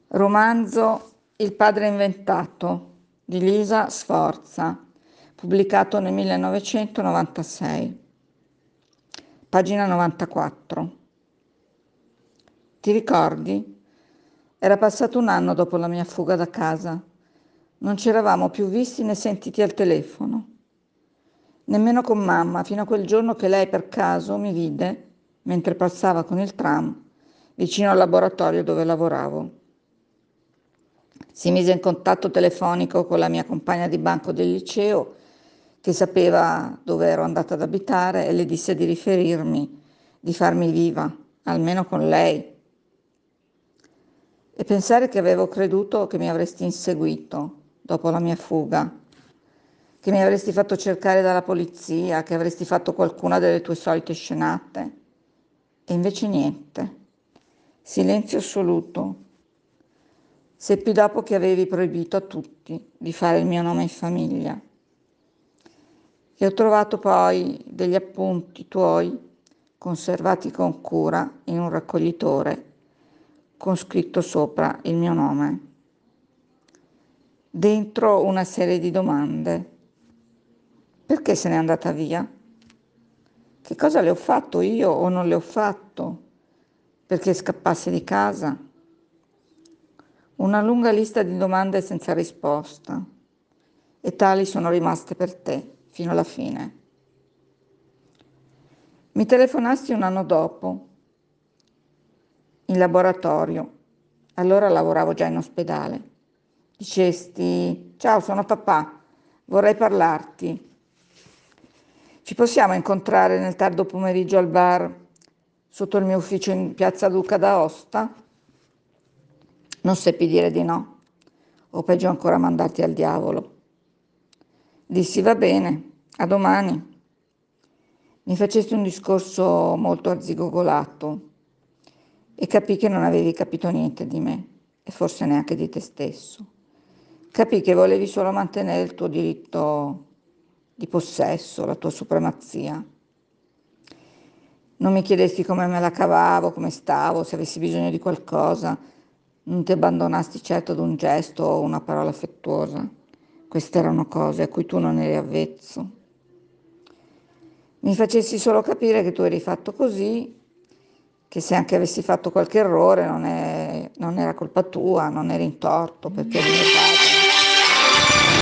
Romanzo Il padre inventato di Lisa Sforza, pubblicato nel 1996, pagina 94. Ti ricordi? Era passato un anno dopo la mia fuga da casa. Non ci eravamo più visti né sentiti al telefono, nemmeno con mamma, fino a quel giorno che lei per caso mi vide mentre passava con il tram vicino al laboratorio dove lavoravo. Si mise in contatto telefonico con la mia compagna di banco del liceo, che sapeva dove ero andata ad abitare, e le disse di riferirmi, di farmi viva, almeno con lei. E pensare che avevo creduto che mi avresti inseguito dopo la mia fuga, che mi avresti fatto cercare dalla polizia, che avresti fatto qualcuna delle tue solite scenate. E invece niente. Silenzio assoluto. Seppi dopo che avevi proibito a tutti di fare il mio nome in famiglia. E ho trovato poi degli appunti tuoi, conservati con cura in un raccoglitore, con scritto sopra il mio nome. Dentro una serie di domande. Perché se n'è andata via? Che cosa le ho fatto io o non le ho fatto perché scappasse di casa? Una lunga lista di domande senza risposta. E tali sono rimaste per te fino alla fine. Mi telefonasti un anno dopo, in laboratorio. Allora lavoravo già in ospedale. Dicesti: ciao, sono papà, vorrei parlarti. Ci possiamo incontrare nel tardo pomeriggio al bar sotto il mio ufficio in piazza Duca d'Aosta? Non seppi dire di no, o peggio ancora mandarti al diavolo. Dissi: va bene, a domani. Mi facesti un discorso molto arzigogolato e capii che non avevi capito niente di me e forse neanche di te stesso. Capii che volevi solo mantenere il tuo diritto di possesso, la tua supremazia. Non mi chiedesti come me la cavavo, come stavo, se avessi bisogno di qualcosa. Non ti abbandonasti certo ad un gesto o una parola affettuosa. Queste erano cose a cui tu non eri avvezzo. Mi facessi solo capire che tu eri fatto così, che se anche avessi fatto qualche errore non era colpa tua, non eri in torto perché eri mio padre.